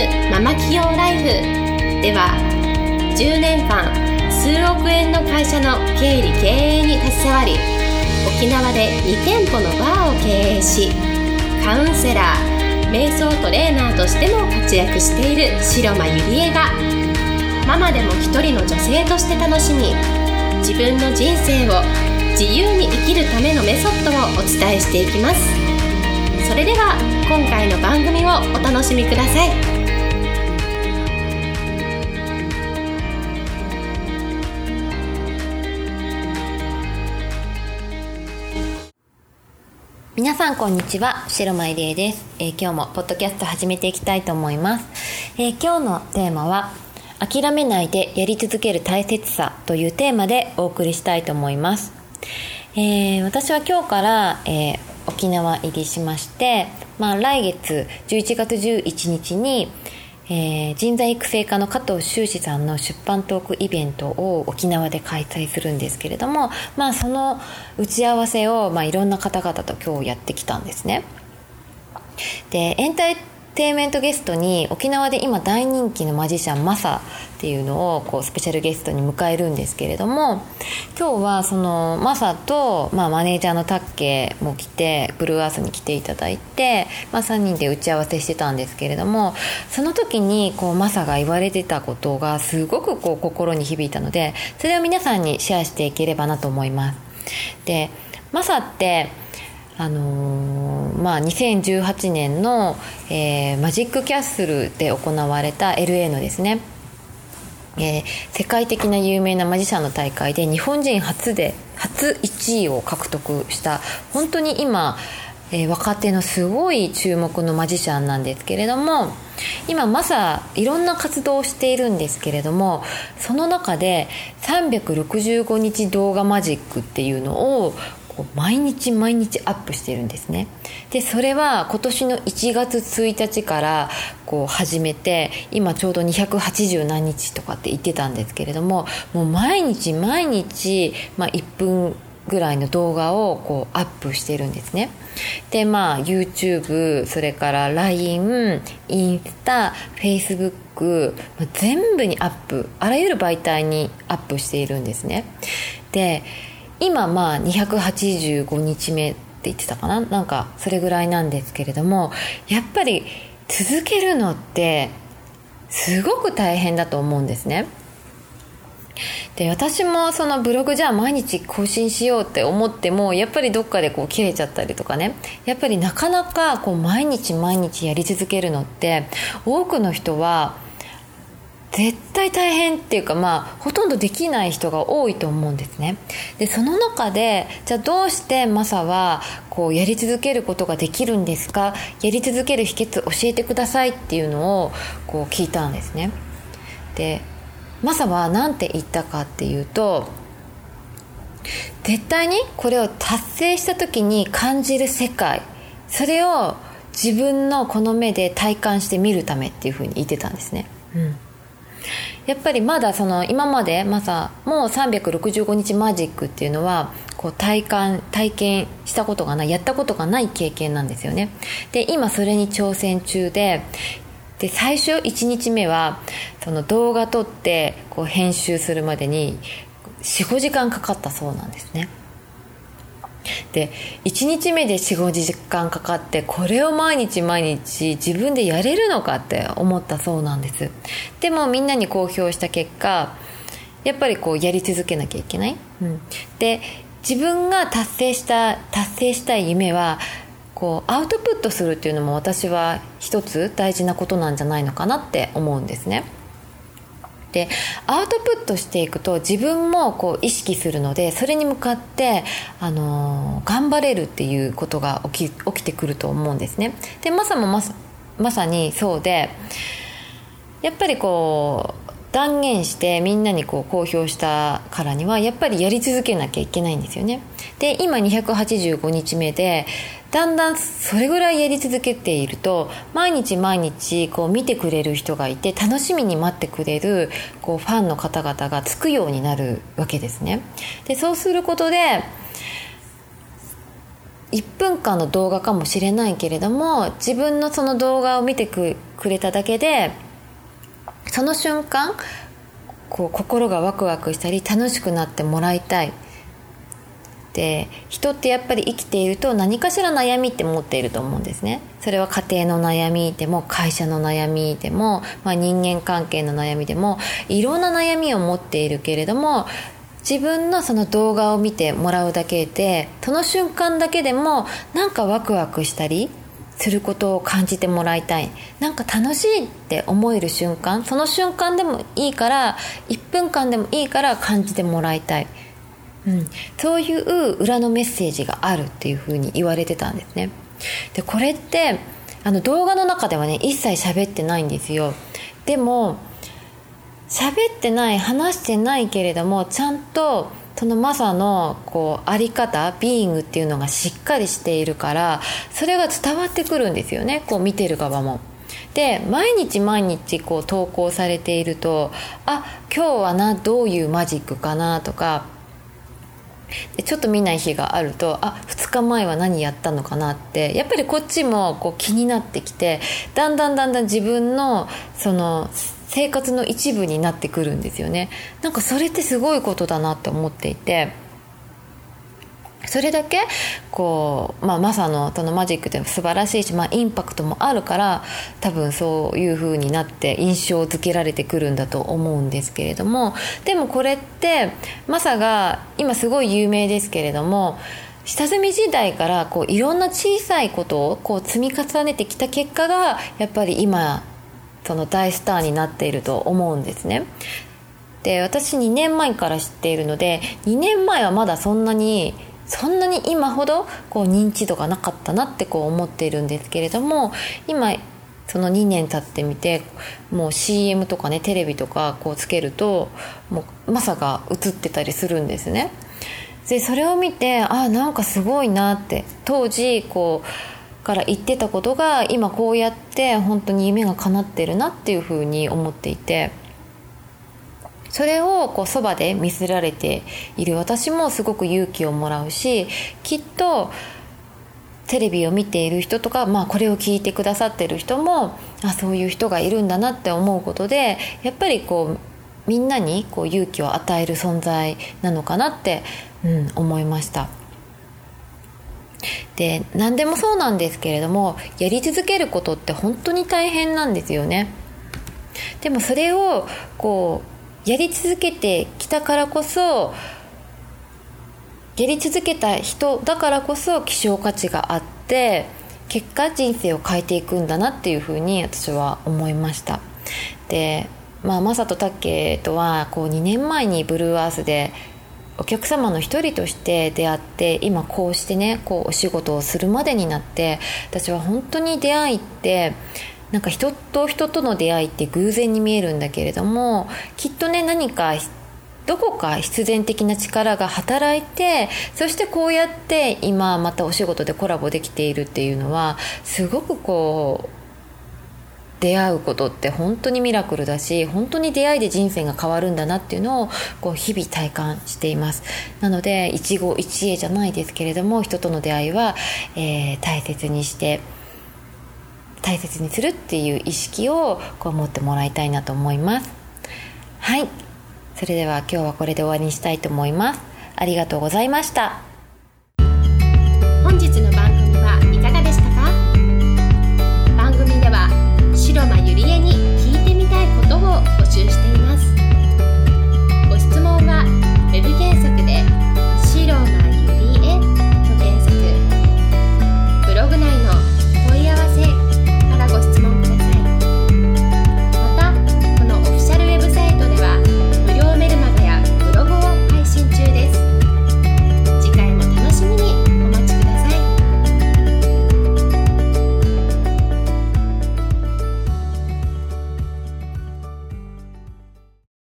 ママ起業ライフでは、10年間数億円の会社の経理経営に携わり、沖縄で2店舗のバーを経営し、カウンセラー、瞑想トレーナーとしても活躍している白間ゆりえが、ママでも一人の女性として楽しみ、自分の人生を自由に生きるためのメソッドをお伝えしていきます。それでは今回の番組をお楽しみください。 皆さんこんにちは、白間ゆりえです。今日もポッドキャスト始めていきたいと思います。今日のテーマは諦めないでやり続ける大切さというテーマでお送りしたいと思います。私は今日から、沖縄入りしまして、来月11月11日に、人材育成課の加藤修士さんの出版トークイベントを沖縄で開催するんですけれども、その打ち合わせを、いろんな方々と今日やってきたんですね。で、エンターテインメントゲストに沖縄で今大人気のマジシャンマサっていうのをスペシャルゲストに迎えるんですけれども、今日はそのマサと、マネージャーのタッケも来て、ブルーアースに来ていただいて、3人で打ち合わせしてたんですけれども、その時にマサが言われてたことがすごく心に響いたので、それを皆さんにシェアしていければなと思います。で、マサって2018年の、マジックキャッスルで行われた LA のですね、世界的な有名なマジシャンの大会で日本人初1位を獲得した本当に今、若手のすごい注目のマジシャンなんですけれども、今いろんな活動をしているんですけれども、その中で365日動画マジックっていうのを毎日アップしているんですね。で、それは今年の1月1日から始めて、今ちょうど280何日とかって言ってたんですけれども、もう毎日、1分ぐらいの動画をアップしてるんですね。で、YouTube、それから LINE、インスタ、Facebook、全部にアップ、あらゆる媒体にアップしているんですね。で、今285日目って言ってたかな、なんかそれぐらいなんですけれども、やっぱり続けるのってすごく大変だと思うんですね。で、私もそのブログじゃあ毎日更新しようって思っても、やっぱりどっかで切れちゃったりとかね、やっぱりなかなか毎日やり続けるのって多くの人は絶対大変っていうか、ほとんどできない人が多いと思うんですね。で、その中でじゃあどうしてマサはやり続けることができるんですか、やり続ける秘訣教えてくださいっていうのを聞いたんですね。で、マサは何て言ったかっていうと、絶対にこれを達成した時に感じる世界、それを自分のこの目で体感してみるためっていうふうに言ってたんですね。やっぱりまだ今までマサも365日マジックっていうのは体験したことがない、やったことがない経験なんですよね。で、今それに挑戦中で、最初1日目はその動画撮って編集するまでに 4,5 時間かかったそうなんですね。で、1日目で 4,5 時間かかって、これを毎日自分でやれるのかって思ったそうなんです。でもみんなに公表した結果、やっぱりやり続けなきゃいけない、で、自分が達成したい夢はアウトプットするっていうのも、私は一つ大事なことなんじゃないのかなって思うんですね。で、アウトプットしていくと自分も意識するので、それに向かって頑張れるっていうことが起きてくると思うんですね。で、まさにそうで、やっぱり断言してみんなに公表したからには、やっぱりやり続けなきゃいけないんですよね。で、今285日目で、だんだんそれぐらいやり続けていると、毎日見てくれる人がいて、楽しみに待ってくれるファンの方々がつくようになるわけですね。で、そうすることで1分間の動画かもしれないけれども、自分のその動画を見てくくれただけで、その瞬間こう心がワクワクしたり楽しくなってもらいたい。で、人ってやっぱり生きていると何かしら悩みって持っていると思うんですね。それは家庭の悩みでも会社の悩みでも、人間関係の悩みでもいろんな悩みを持っているけれども、自分のその動画を見てもらうだけで、その瞬間だけでもなんかワクワクしたりすることを感じてもらいたい。なんか楽しいって思える瞬間、その瞬間でもいいから、1分間でもいいから感じてもらいたい。そういう裏のメッセージがあるっていう風に言われてたんですね。で、これって動画の中ではね、一切喋ってないんですよ。でも喋ってない、話してないけれども、ちゃんとそのマサのあり方、ビーイングっていうのがしっかりしているから、それが伝わってくるんですよね、見てる側も。で、毎日投稿されていると、今日はどういうマジックかなとか、ちょっと見ない日があると、2日前は何やったのかなって、やっぱりこっちも気になってきて、だんだん自分のその生活の一部になってくるんですよね。なんかそれってすごいことだなって思っていて、それだけマサのそのマジックって素晴らしいし、インパクトもあるから、多分そういう風になって印象付けられてくるんだと思うんですけれども、でもこれってマサが今すごい有名ですけれども、下積み時代からいろんな小さいことを積み重ねてきた結果が、やっぱり今その大スターになっていると思うんですね。で、私2年前から知っているので、2年前はまだそんなに今ほど認知度がなかったなって思っているんですけれども、今その2年経ってみて、もう CM とかね、テレビとかつけると、もうマサが映ってたりするんですね。で、それを見て、なんかすごいなって、当時から言ってたことが今こうやって本当に夢が叶ってるなっていうふうに思っていて、それをそばで見せられている私もすごく勇気をもらうし、きっとテレビを見ている人とか、これを聞いてくださってる人も、そういう人がいるんだなって思うことで、やっぱりみんなに勇気を与える存在なのかなって、思いました。で、何でもそうなんですけれども、やり続けることって本当に大変なんですよね。でもそれをやり続けてきたからこそ、やり続けた人だからこそ希少価値があって、結果人生を変えていくんだなっていうふうに私は思いました。で、マサとタッケとは2年前にブルーアースでお客様の一人として出会って、今こうしてねお仕事をするまでになって、私は本当に出会いって、なんか人と人との出会いって偶然に見えるんだけれども、きっとね、何かどこか必然的な力が働いて、そしてこうやって今またお仕事でコラボできているっていうのは、すごく出会うことって本当にミラクルだし、本当に出会いで人生が変わるんだなっていうのを日々体感しています。なので一期一会じゃないですけれども、人との出会いは、大切にするっていう意識を持ってもらいたいなと思います。はい、それでは今日はこれで終わりにしたいと思います。ありがとうございました。 本日の番